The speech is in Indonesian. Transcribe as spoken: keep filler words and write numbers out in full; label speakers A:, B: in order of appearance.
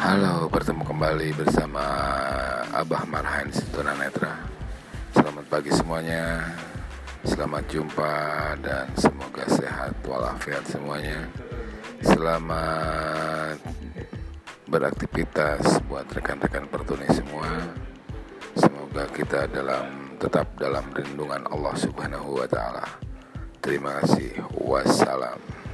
A: Halo, bertemu kembali bersama Abah Marhain Tunanetra. Selamat pagi semuanya. Selamat jumpa dan semoga sehat walafiat semuanya. Selamat beraktivitas buat rekan-rekan pertuni semua. Semoga kita dalam tetap dalam lindungan Allah Subhanahu wa taala. Terima kasih. Wassalam.